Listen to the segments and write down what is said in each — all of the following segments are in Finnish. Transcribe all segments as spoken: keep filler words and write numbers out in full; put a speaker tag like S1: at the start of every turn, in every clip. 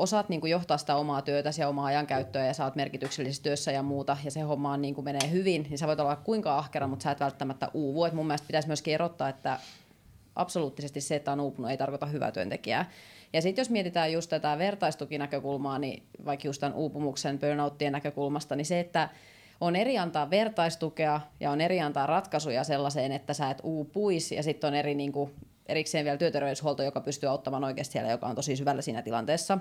S1: osaat niin kuin johtaa sitä omaa työtäsi ja omaa ajankäyttöä ja sä oot merkityksellisessä työssä ja muuta, ja se homma on, niin kuin menee hyvin, niin sä voit olla kuinka ahkera, mutta sä et välttämättä uuvu. Et mun mielestä pitäisi myöskin erottaa, että absoluuttisesti se, että on uupunut, ei tarkoita hyvää työntekijää. Ja sitten jos mietitään just tätä vertaistukinäkökulmaa, niin vaikka just tämän uupumuksen, burnouttien näkökulmasta, niin se, että on eri antaa vertaistukea ja on eri antaa ratkaisuja sellaiseen, että sä et uupuisi, ja sitten on eri, niin kuin, erikseen vielä työterveyshuolto, joka pystyy auttamaan oikeasti siellä, joka on tosi syvällä siinä tilanteessa.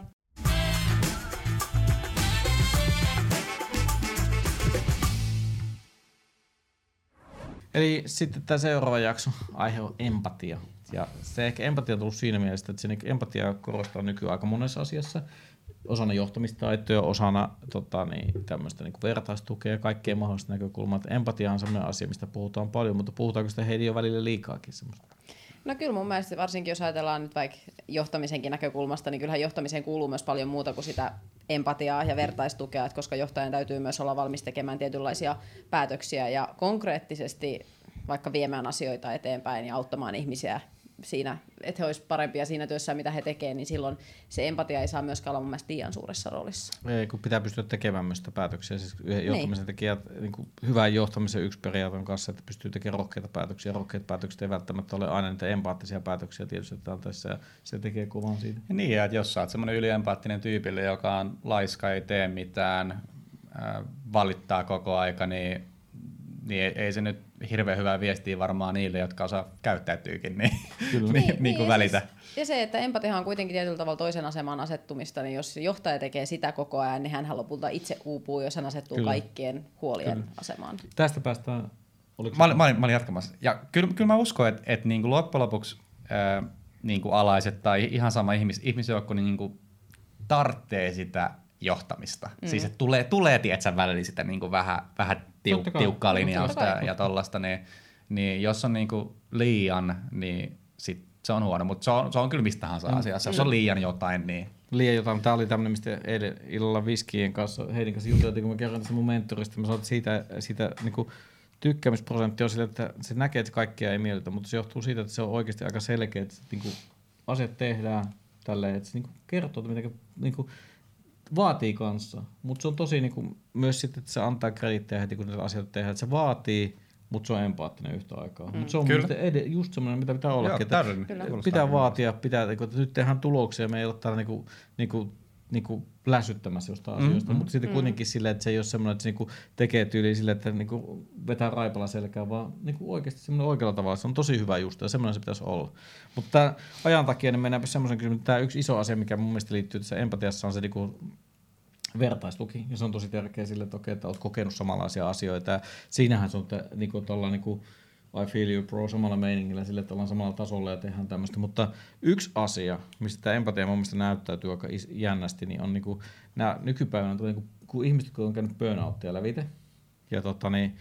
S2: Eli sitten tämä seuraava jakso aihe on empatia. Ja se ehkä empatia on tullut siinä mielessä, että se empatia korostaa nykyään aika monessa asiassa. Osana johtamistaitoja, osana tota, niin, tämmöistä niin kuin vertaistukea ja kaikkea mahdollista näkökulmaa. Empatia on sellainen asia, mistä puhutaan paljon, mutta puhutaanko sitä heidän jo välillä liikaakin semmoista?
S1: No kyllä mun mielestä, varsinkin jos ajatellaan nyt vaikka johtamisenkin näkökulmasta, niin kyllähän johtamiseen kuuluu myös paljon muuta kuin sitä empatiaa ja vertaistukea, että koska johtajan täytyy myös olla valmis tekemään tietynlaisia päätöksiä ja konkreettisesti vaikka viemään asioita eteenpäin ja auttamaan ihmisiä siinä, että he olisivat parempia siinä työssä, mitä he tekevät, niin silloin se empatia ei saa myöskään olla mun mielestä liian suuressa roolissa.
S2: Ei, kun pitää pystyä tekemään myös sitä päätöksiä. Siis johtamisen tekijät, niin kuin hyvän johtamisen yksi periaate on kanssa, että pystyy tekemään rohkeita päätöksiä. Rohkeat päätökset ei välttämättä ole aina niitä empaattisia päätöksiä tietysti tilanteessa, ja se tekee kuvan siitä.
S3: Ja niin, että jos sä oot semmoinen yliempaattinen tyypille, joka on laiska, ei tee mitään, äh, valittaa koko aika, niin niin ei, ei se nyt hirveän hyvää viestiä varmaan niille, jotka osaa käyttäytyykin, niin, niin, niin, niin kuin välitä.
S1: Ja, siis, ja se, että empatiahan on kuitenkin tietyllä tavalla toisen asemaan asettumista, niin jos johtaja tekee sitä koko ajan, niin hän lopulta itse uupuu, jos hän asettuu kyllä kaikkien huolien kyllä asemaan.
S2: Tästä päästään.
S3: Mä olin, mä, olin, mä olin jatkamassa. Ja kyllä, kyllä mä uskon, että, että niin kuin loppujen lopuksi äh, niin kuin alaiset tai ihan sama ihmis, ihmisjoukko niin kuin tarvitsee sitä johtamista. Mm. Siis että tulee, tulee tietsä välillä sitä niin kuin vähän, vähän tiu, tiukkaa linjausta ja, ja tollaista, niin, niin jos on niin kuin liian, niin sit se on huono, mutta se on, se on kyllä mistä tahansa mm. asiassa. Jos on liian jotain, niin...
S2: Liian jotain. Tämä oli tämmöinen, mistä eilen illalla viskien kanssa, heidän kanssa juteltiin, kun mä kerron tästä mun mentorista, mä sanoin, että siitä, siitä niin kuin tykkäämisprosentti on sillä, että se näkee, että kaikkea ei miellytä, mutta se johtuu siitä, että se on oikeasti aika selkeä, että niin kuin asiat tehdään tälleen, että se niin kuin kertoo, että mitä niin kuin vaatii kanssa, mutta se on tosi niin kuin, myös sitten, että se antaa kredittejä heti, kun niitä asioita tehdään, että se vaatii, mutta se on empaattinen yhtä aikaa. Mm. Mutta se on ed- just semmoinen, mitä pitää olla. Pitää vaatia, pitää, että nyt tehdään tuloksia, me ei ole täällä niinku, niinku, niinku lässyttämässä jostain mm. asioista, mutta sitten mm. kuitenkin silleen, että se ei ole semmoinen, että se niinku tekee tyyliin silleen, että niinku vetää raipalla selkään, vaan niinku oikeasti semmoinen oikealla tavalla. Se on tosi hyvä just, ja semmoinen se pitäisi olla. Mutta tämän ajan takia niin mennäänpä semmoisen kysymyksen, tämä yksi iso asia, mikä mun mielestä liittyy tässä empatiassa, on se niinku vertaistuki, ja se on tosi tärkeä sille, että okei, että olet kokenut samanlaisia asioita, ja siinähän se on te, niinku, tolla, niinku, I feel you bro samalla meiningillä sille, että ollaan samalla tasolla ja tehdään tämmöistä, mutta yksi asia, mistä tämä empatia mun mielestä näyttäytyy aika jännästi, niin on niinku, nämä nykypäivänä, niinku, kun ihmiset kun on käynyt burnouttia lävite, ja tota, niin,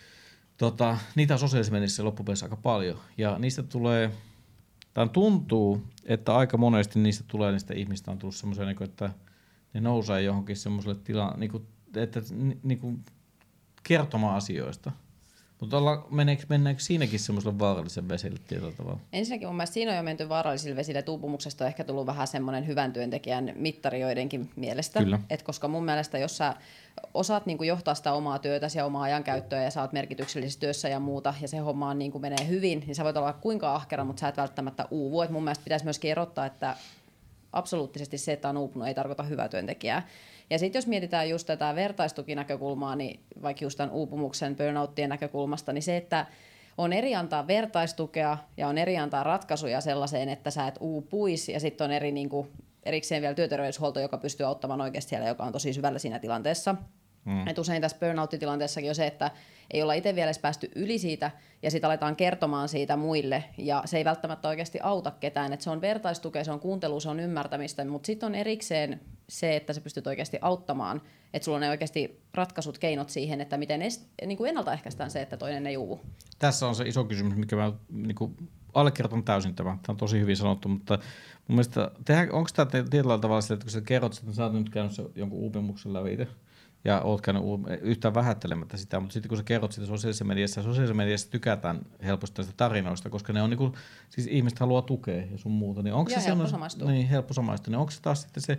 S2: tota, niitä on sosiaalisessa mediassa loppupeleissä aika paljon, ja niistä tulee, tai tuntuu, että aika monesti niistä tulee, niistä ihmistä on tullut semmoisia, niinku, että ne nousee johonkin semmoiselle tilaan, niinku, että niinku, kertomaan asioista. Mutta mennäänkö, mennäänkö siinäkin semmoiselle vaaralliselle vesille tietyllä tavalla?
S1: Ensinnäkin mun mielestä siinä on jo menty vaarallisille vesille, että uupumuksesta on ehkä tullut vähän semmoinen hyvän työntekijän mittari joidenkin mielestä. Et koska mun mielestä, jos sä osaat niin kuin johtaa sitä omaa työtäsi ja omaa ajankäyttöä ja sä oot merkityksellisessä työssä ja muuta, ja se homma on, niin kuin menee hyvin, niin sä voit olla kuinka ahkera, mutta sä et välttämättä uuvu. Et mun mielestä pitäisi myöskin erottaa, että absoluuttisesti se, että on uupunut, ei tarkoita hyvää työntekijää. Ja sitten jos mietitään just tätä vertaistukinäkökulmaa, niin vaikka just tämän uupumuksen, burnouttien näkökulmasta, niin se, että on eri antaa vertaistukea ja on eri antaa ratkaisuja sellaiseen, että sä et uupuisi, ja sitten on eri, niin kuin, erikseen vielä työterveyshuolto, joka pystyy auttamaan oikeasti siellä, joka on tosi syvällä siinä tilanteessa. Mm. Et usein tässä burnout-tilanteessakin on se, että ei olla itse vielä edes päästy yli siitä, ja sitten aletaan kertomaan siitä muille, ja se ei välttämättä oikeasti auta ketään. Et se on vertaistukea, se on kuuntelu, se on ymmärtämistä, mutta sitten on erikseen se, että sä pystyt oikeasti auttamaan, että sulla on ne oikeasti ratkaisut, keinot siihen, että miten est, niin kuin ennaltaehkäistään se, että toinen ei uuvu.
S2: Tässä on se iso kysymys, mikä mä niin kuin allekirjoitan täysin tämän. Tämä on tosi hyvin sanottu, mutta mun mielestä, tehdään, onko tämä tietyllä tavalla sillä, että kun sä kerrot, että sä oot nyt käynyt jonkun uupumuksen lävitse, ja oot käynyt yhtään vähättelemättä sitä, mutta sitten kun sä kerrot sitä sosiaalisessa mediassa, sosiaalisessa mediassa tykätään helposti sitä tarinoista, koska ne on niinku, siis ihmiset haluaa tukea ja sun muuta. Niin onko
S1: ja
S2: se
S1: helppo samaistua.
S2: Niin, helppo samaistua. Niin onko se taas sitten se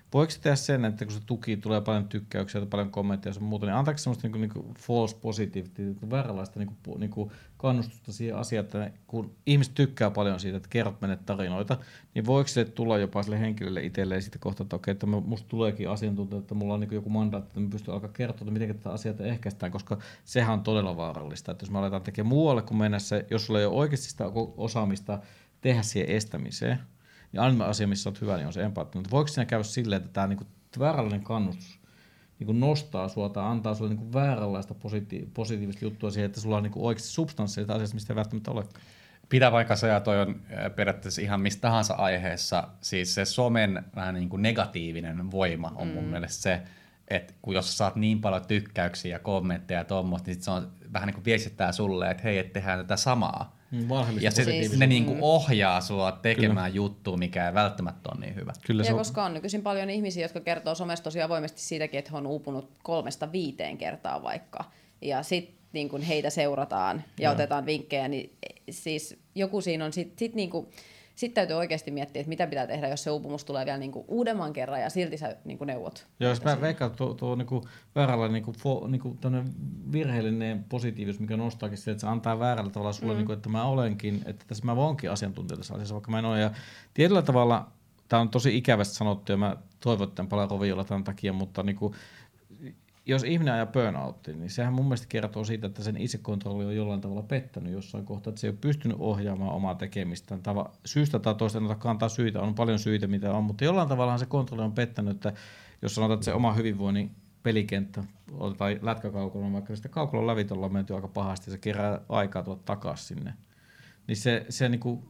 S2: voiko se tehdä sen, että kun se tuki tulee paljon tykkäyksiä, paljon kommentteja ja muuta, niin antaako se semmoista niin kuin false positivity, niin vääränlaista niin kuin, niin kuin kannustusta siihen asiaan, että kun ihmiset tykkää paljon siitä, että kerrot meille tarinoita, niin voiko se tulla jopa sille henkilölle itselleen siitä kohtaa, että okei, että musta tuleekin asiantuntija, että mulla on niin joku mandaatti, että mä pystyn alkaa kertoa, että miten tätä asiaa ehkäistään, koska sehän on todella vaarallista, että jos me aletaan tekemään muualle kuin mennä se, jos sulla ei ole oikeasti sitä osaamista tehdä siihen estämiseen, ja ainoa asia, missä olet hyvä, niin on se empatia. Mutta voiko siinä käydä silleen, että tämä niinku vääränlainen kannustus niinku nostaa sinua tai antaa sinulle niinku vääränlaista positi- positiivista juttua siihen, että sulla on niinku oikeasti substanssia asiasta, mistä ei välttämättä olekaan?
S3: Pitää vaikka se, ja toi on periaatteessa ihan mistä tahansa aiheessa. Siis se somen vähän niin kuin negatiivinen voima on mun mm. mielestä se, että kun jos saat niin paljon tykkäyksiä ja kommentteja ja tuommoista, niin sit se on vähän niin kuin viestittää sulle, että hei, et tehdään tätä samaa. Ja se, siis, ne niinku ohjaa sua tekemään Kyllä. juttua, mikä ei välttämättä ole niin hyvä.
S1: Kyllä ja on... koska on nykyisin paljon ihmisiä, jotka kertoo somessa tosi avoimesti siitäkin, että he on uupunut kolmesta viiteen kertaa vaikka. Ja sitten niin kun heitä seurataan ja Joo. otetaan vinkkejä, niin siis joku siinä on sitten sit niinku... Sitten täytyy oikeasti miettiä, että mitä pitää tehdä, jos se uupumus tulee vielä niinku uudemman kerran ja silti sä niinku neuvot.
S2: Joo, jos mä veikkaan, että tuo, tuo niinku vääränlainen niinku, fo, niinku virheellinen positiivisuus, mikä nostaakin sitä, että se antaa väärällä tavalla sulle, mm. niinku, että mä olenkin, että tässä mä voinkin asiantuntija tässä asiassa, vaikka mä en ole. Ja tietyllä tavalla, tämä on tosi ikävästi sanottu ja mä toivon, että en palaa roviolla tämän takia, mutta niinku, jos ihminen ajaa burnouttiin, niin sehän mun mielestä kertoo siitä, että sen itsekontrolli on jollain tavalla pettänyt jossain kohtaa, että se ei ole pystynyt ohjaamaan omaa tekemistään. Tava, syystä tai toista en ota kantaa syitä, on paljon syitä mitä on, mutta jollain tavalla se kontrolli on pettänyt, että jos sanotaan, että se oma hyvinvoinnin pelikenttä, otetaan lätkäkaukolon, vaikka sitä kaukolon lävit ollaan menty aika pahasti, se kerää aikaa tulla takaisin sinne, niin se, se niinku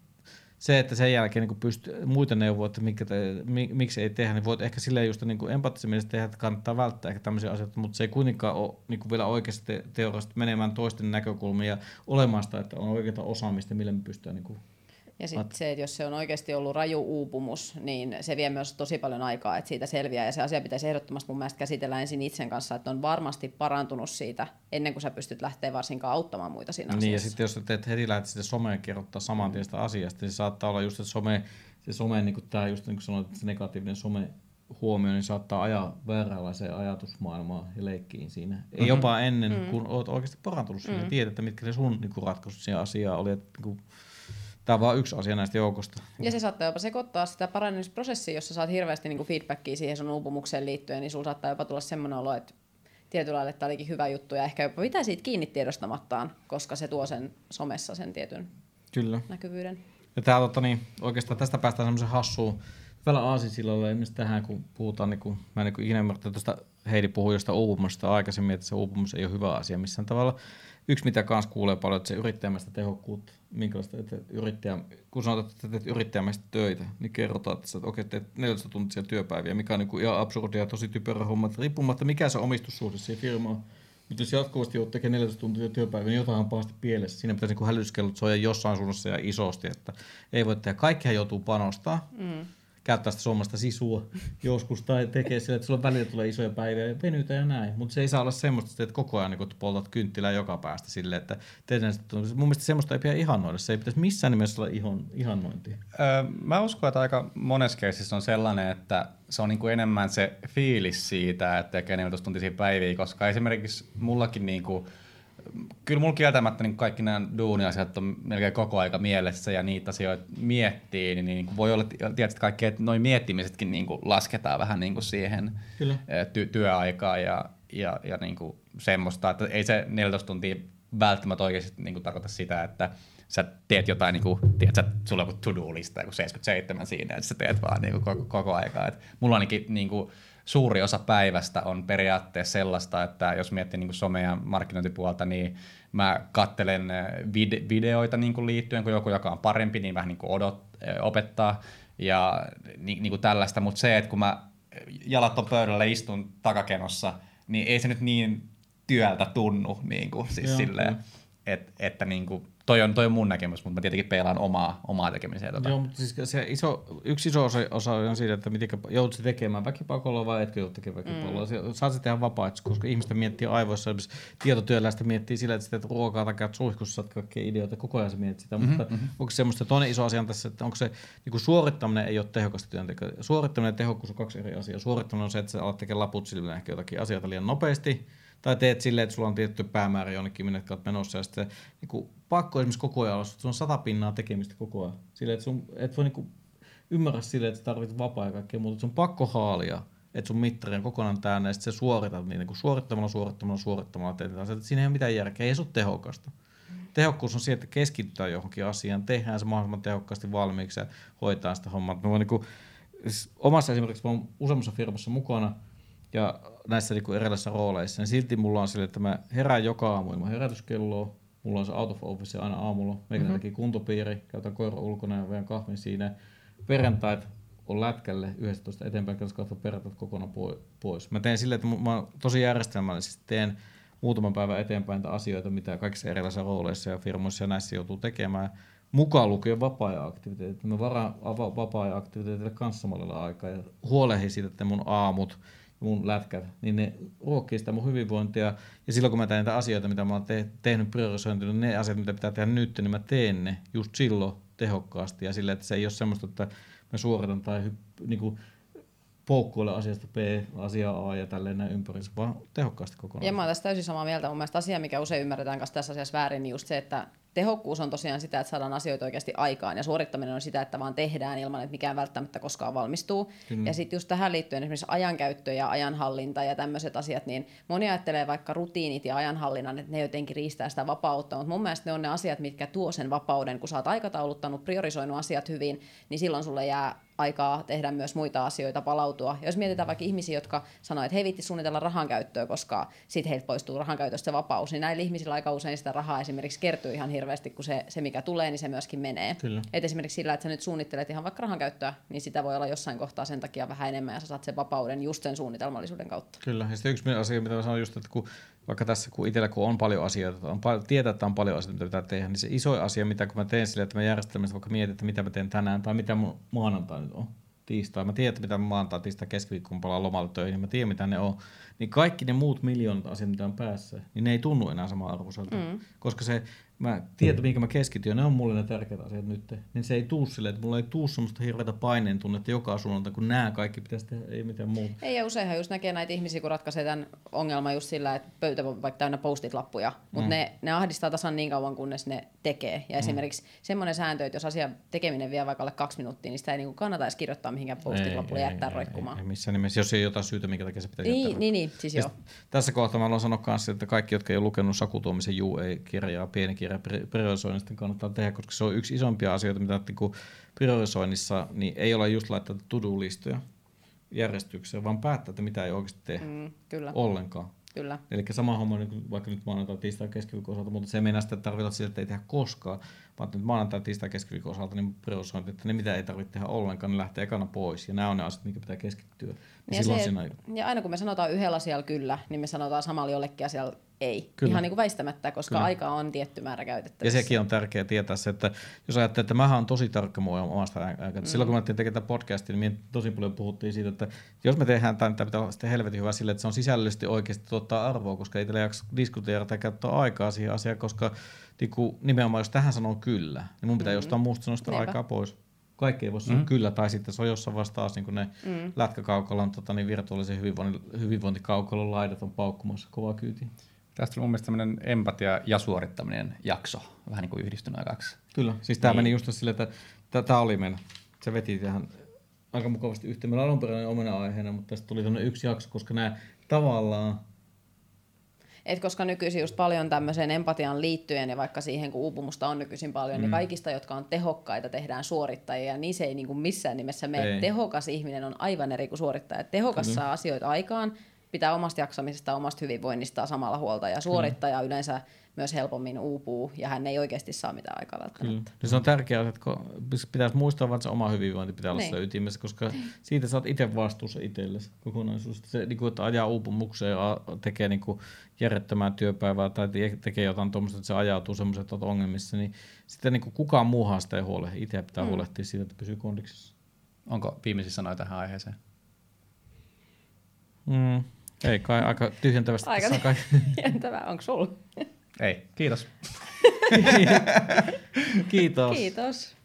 S2: Se, että sen jälkeen niin pystyy muita neuvoa, että mikä te, mi, miksi ei tehdä, niin voit ehkä silleen just niin empaattisesti tehdä, että kannattaa välttää ehkä tämmöisiä asioita, mutta se ei kuitenkaan ole niin vielä oikeasti te, teoriasta menemään toisten näkökulmia ja olemaan sitä, että on oikeaa osaamista, millä me pystytään. Niin
S1: ja sitten se, että jos se on oikeasti ollut raju uupumus, niin se vie myös tosi paljon aikaa, että siitä selviää. Ja se asia pitäisi ehdottomasti mun mielestä käsitellä ensin itsen kanssa, että on varmasti parantunut siitä, ennen kuin sä pystyt lähteä varsinkaan auttamaan muita siinä
S2: niin,
S1: asiassa.
S2: Ja sitten jos sä teet heti lähdet sitä someen kirjoittaa saman tien sitä asiasta, niin se saattaa olla just, että some, se some, niin kuin tämä just niin kuin sanoit, että se negatiivinen some huomio, niin saattaa ajaa vääränlaiseen ajatusmaailmaan ja leikkiin siinä. Mm-hmm. Ei jopa ennen, mm-hmm. kun oot oikeasti parantunut siinä, mm-hmm. tiedät, että mitkä ne sun niin ratkaisut siihen asiaan oli, että niin tämä on vaan yksi asia näistä joukosta.
S1: Ja se saattaa jopa sekoittaa sitä parannemisprosessia, jos sä saat hirveästi niin kuin feedbackia siihen sun uupumukseen liittyen, niin sulla saattaa jopa tulla semmoinen olo, että tietyllä lailla tämä olikin hyvä juttu ja ehkä jopa pitää siitä kiinni tiedostamattaan, koska se tuo sen somessa sen tietyn Kyllä. näkyvyyden.
S2: Ja tää, totta, niin, oikeastaan tästä päästään semmoisen hassuun hyvällä aasinsillalla, esimerkiksi tähän kun puhutaan, niin kun, mä en niin ikinä ymmärtänyt, tuosta Heidi puhui jostain uupumusta aikaisemmin, että se uupumus ei ole hyvä asia missään tavalla. Yksi, mitä kanssa kuulee paljon, että se yrittäjämäistä tehokkuutta, minkälaista, että yrittäjä, kun sanotaan, että teet yrittäjämäistä töitä, niin kerrotaan, että, että okei, teet neljätoista tuntia työpäiviä, mikä on niin ihan absurdia ja tosi typerä homma, että riippumatta mikä se omistussuhde siihen firmaan. Mutta jos jatkuvasti joudut tekemään neljätoista tuntia työpäivää, niin jotain on pahasti pielessä. Siinä pitäisi niin hälytyskellot soida jossain suunnassa ja isosti, että ei voi tehdä. Kaikkihan joutuu panostaa. Mm. Käyttää sitä suomasta sisua joskus tai tekee sillä, että sulla välillä tulee isoja päiviä ja venytä ja näin. Mutta se ei saa olla semmoista, että koko ajan niin poltat kynttilää joka päästä silleen, että tehdään sitä. Mun mielestä semmoista ei pidä ihannoida. Se ei pitäisi missään nimessä olla ihon, ihannointia.
S3: Öö, mä uskon, että aika monessa keisissä on sellainen, että se on niinku enemmän se fiilis siitä, että tekee neljätoista-tuntisia päiviä, koska esimerkiksi mullakin niinku kyllä mulla kieltämättä niin kaikki nämä duuniasiat on melkein koko aika mielessä ja niitä asioita miettii, niin, niin voi olla tietysti kaikki, että noin miettimisetkin niin kuin lasketaan vähän niin kuin siihen ty- työaikaan ja, ja, ja niin kuin semmoista, että ei se neljätoista tuntia välttämättä oikeasti niin kuin tarkoita sitä, että sä teet jotain, niin kuin, tiedät, sä, sulla on joku to-do-lista, joku seitsemänkymmentäseitsemän siinä, että sä teet vaan niin kuin koko, koko aikaa. Et mulla ainakin niin kuin, suuri osa päivästä on periaatteessa sellaista, että jos miettii niin kuin some- ja markkinointipuolta, niin mä katselen vid- videoita niin kuin liittyen, kun joku, joka on parempi, niin vähän niin kuin odot, opettaa ja niin, niin kuin tällaista. Mutta se, että kun mä jalat on pöydällä istun takakenossa, niin ei se nyt niin työltä tunnu, niin kuin, siis silleen, et, että niin kuin, toi on, toi on mun näkemys, mutta mä tietenkin peilaan omaa, omaa tekemiseen. Tota.
S2: Joo, mutta siis se iso, yksi iso osa, osa on siitä, että miten joudut tekemään väkipakolla vai etkö joudut tekemään väkipakolla. Mm. Saat se tehdä vapaaehtoisesti, koska ihmistä miettii aivoissa, tietotyöläistä miettii sillä, että sitä että ruokaa takia suihkussa saat kaikkia ideoita, koko ajan se miettii sitä. Mm-hmm. Mutta onko se semmoista, toinen iso asia on tässä, että onko se niin suorittaminen ei ole tehokasta työntekoa. Suorittaminen ja tehokkuus on kaksi eri asiaa. Suorittaminen on se, että sä alat tekemään laput silmillä ehkä jotakin asioita liian nopeasti. Tai teet silleen, että sulla on tietty päämäärä jonnekin, minne olet menossa. Ja sitten niin pakko esimerkiksi koko ajan olla, että sulla on sata pinnaa tekemistä koko ajan. Silleen, että sun, et voi niin ymmärrä silleen, että sä tarvitset vapaa ja kaikkea muuta. Sun pakko haalia, että sun mittari on kokonaan täynnä ja sitten sä suoritat niitä. Niin suorittamalla, suorittamalla, suorittamalla teet. Siinä ei ole mitään järkeä, ei se ole tehokasta. Tehokkuus on siihen, että keskitytään johonkin asiaan, tehdään se mahdollisimman tehokkaasti valmiiksi ja hoitaa sitä hommaa. Mä niin kuin, siis omassa esimerkiksi mä oon useammassa firmassa mukana, ja näissä niinku erilaisissa rooleissa, niin silti mulla on sille, että mä herään joka aamu ilman herätyskelloa, mulla on se out of office aina aamulla, meikä mm-hmm. teki kuntopiiri, käytän koira ulkona ja vean kahvin siinä. Perjantait on lätkälle yhdestoista eteenpäin, katsotaan katsotaan perjantait kokonaan pois. Mä teen silleen, että mä tosi järjestelmällisesti teen muutaman päivän eteenpäin asioita, mitä kaikissa erilaisissa rooleissa ja firmoissa ja näissä joutuu tekemään. Mukaan lukien vapaa-ajan aktiviteetit. Mä varaan vapaa-ajan aktiviteetille kanssa samalla aikaa ja huolehdin siitä, että mun aamut mun lätkät, niin ne ruokkii sitä mun hyvinvointia. Ja silloin kun mä teen niitä asioita, mitä mä oon te- tehnyt priorisointia, niin ne asiat, mitä pitää tehdä nyt, niin mä teen ne just silloin tehokkaasti. Ja sillä, että se ei ole semmoista, että mä suoritan tai hypp- niinku poukkuille asiasta B, asiaa A ja tälleen näin ympärissä, vaan tehokkaasti kokonaan.
S1: Ja mä oon tästä täysin samaa mieltä. Mun mielestä asia, mikä usein ymmärretään kanssa tässä asiassa väärin, niin just se, että tehokkuus on tosiaan sitä, että saadaan asioita oikeasti aikaan, ja suorittaminen on sitä, että vaan tehdään ilman, että mikään välttämättä koskaan valmistuu. Kyllä. Ja sitten just tähän liittyen esimerkiksi ajankäyttö ja ajanhallinta ja tämmöiset asiat, niin moni ajattelee vaikka rutiinit ja ajanhallinnan, että ne jotenkin riistää sitä vapautta, mutta mun mielestä ne on ne asiat, mitkä tuo sen vapauden, kun sä oot aikatauluttanut, priorisoinut asiat hyvin, niin silloin sulle jää aikaa tehdä myös muita asioita, palautua. Jos mietitään vaikka ihmisiä, jotka sanoo, että he ei viitti suunnitella rahankäyttöä, koska sitten heiltä poistuu rahankäytöstä vapaus, niin näillä ihmisillä aika usein sitä rahaa esimerkiksi kertyy ihan hirveästi, kun se, se mikä tulee, niin se myöskin menee. Et esimerkiksi sillä, että sä nyt suunnittelet ihan vaikka rahankäyttöä, niin sitä voi olla jossain kohtaa sen takia vähän enemmän ja sä saat sen vapauden just sen suunnitelmallisuuden kautta.
S2: Kyllä, ja sitten yksi asia, mitä mä sanon just, että kun vaikka tässä, kun itsellä kun on paljon asioita, on pal- tietää, että on paljon asioita, mitä pitää tehdä, niin se iso asia, mitä kun mä teen sille, että mä järjestelmässä vaikka mietin, että mitä mä teen tänään tai mitä mun maanantai nyt on, tiistai. Mä tiedän, että mitä mä maanantai, tiistai, keskiviikkoon palaan lomalle töihin, niin mä tiedän, mitä ne on. Niin kaikki ne muut miljoonat asiat, mitä on päässä, niin ne ei tunnu enää saman arvoiselta. Mm. Koska se, mä tiedän, minkä mä keskityn, ne on mulle ne tärkeät asiat nyt. Niin se ei tuu silleen, että mulla ei tuu semmoista hirveätä paineen tunnetta joka suunnalta, kun nämä kaikki pitäisi tehdä, ei mitään muuta. Ei,
S1: ja useinhan just näkee näitä ihmisiä, kun ratkaisee tämän ongelman just sillä, että pöytä on vaikka täynnä postit-lappuja, mutta mm. ne, ne ahdistaa tasan niin kauan, kunnes ne tekee. Ja mm. esimerkiksi semmoinen sääntö, että jos asia tekeminen vie vaikka alle kaksi minuuttia, niin sitä ei niin kannata edes kirjoittaa mihinkään postit-lappuja ja jättää ei, roikkumaan.
S2: Ei, ei missään nimessä, jos ei jotain syytä, minkä takia se pitäisi
S1: niin,
S2: jättää.
S1: Niin, niin, siis joo.
S2: Tässä kohtaa mä haluan sanoa kanssa, että kaikki, jotka ei ole lukenut Saku Tuomisen U A-kirjaa, pieni kirja priorisoinnista, kannattaa tehdä, koska se on yksi isompia asioita, mitä priorisoinnissa niin ei ole just laittaa to-do-listoja järjestykseen, vaan päättää, että mitä ei oikeasti tehdä
S1: mm, kyllä.
S2: ollenkaan.
S1: Kyllä.
S2: Eli sama homma niin vaikka nyt maanantai, tiistai, keskiviikon osalta, mutta se ei meinaa sitä, että tarvitaan sitä, että ei tehdä koskaan, vaan nyt maanantai, tiistai, keskiviikon osalta niin priorisointi, että ne mitä ei tarvitse tehdä ollenkaan, ne lähtee ekana pois. Ja nämä on ne asiat, mitkä pitää keskittyä. Ja,
S1: ja, se, siinä... ja aina kun me sanotaan yhdellä asialla kyllä, niin me sanotaan samalla jollekin asialla ei. Kyllä. Ihan niin kuin väistämättä, koska kyllä. Aikaa on tietty määrä käytettävissä.
S2: Ja sekin on tärkeää tietää se, että jos ajattelee, että mähän on tosi tarkka mun omasta aikaa. Mm. Silloin kun me tekemään tätä podcastia, niin me tosi paljon puhuttiin siitä, että jos me tehdään tämän, tämä pitää olla sitten helvetin hyvä sille, että se on sisällöllisesti oikeasti tuottaa arvoa, koska ei teillä jaksa diskuteerata tai käyttää aikaa siihen asiaan, koska niin kuin, nimenomaan jos tähän sanoo kyllä, niin mun pitää mm. jostain muusta sanoa sitä aikaa pois. Kaikki ei voi sanoa mm. kyllä, tai sitten se on jossain vasta taas niin ne mm. lätkäkaukalon tota, niin virtuaalisen hyvinvointikaukalon laidat on paukkumassa kovaa kyytiin.
S3: Tästä on mun mielestä tämmöinen empatia ja suorittaminen jakso, vähän niin kuin yhdistynä kaksi.
S2: Kyllä, siis tämä niin. meni just silleen, että tämä oli meidän, se veti tähän aika mukavasti yhteen. Meillä on alunperäinen omena aiheena, mutta tästä tuli tämmöinen yksi jakso, koska nämä tavallaan
S1: Et koska nykyisin just paljon tämmöiseen empatiaan liittyen ja vaikka siihen, kun uupumusta on nykyisin paljon, mm. niin kaikista, jotka on tehokkaita, tehdään suorittajia. Ja niin se ei niin kuin missään nimessä mene. Tehokas ihminen on aivan eri kuin suorittaja. Tehokas Kyllä. saa asioita aikaan, pitää omasta jaksamisesta, omasta hyvinvoinnistaan samalla huolta, ja suorittaja mm. yleensä myös helpommin uupuu, ja hän ei oikeasti saa mitään aikaa välttämättä.
S2: Kyllä. Se on tärkeää, että pitäisi muistaa, että se oma hyvinvointi pitää olla siellä ytimessä, koska siitä sä oot itse vastuussa itsellesi kokonaisuudesta. Se, niin kuin, että ajaa uupumukseen ja tekee niin kuin järjettömään työpäivää tai tekee jotain tuommoista, että se ajautuu semmoiset, että oot ongelmissa, niin sitten niin kuin kukaan muuhan sitä ei huolehdi. Itse pitää mm. huolehtia siitä, että pysyy kondiksessa.
S3: Onko viimeisiä sanoja tähän aiheeseen?
S2: Mm. Ei kai, aika tyhjentävästi.
S1: Aika tyhjentävää. Onko sulla?
S3: Ei, kiitos.
S2: Kiitos.
S1: Kiitos.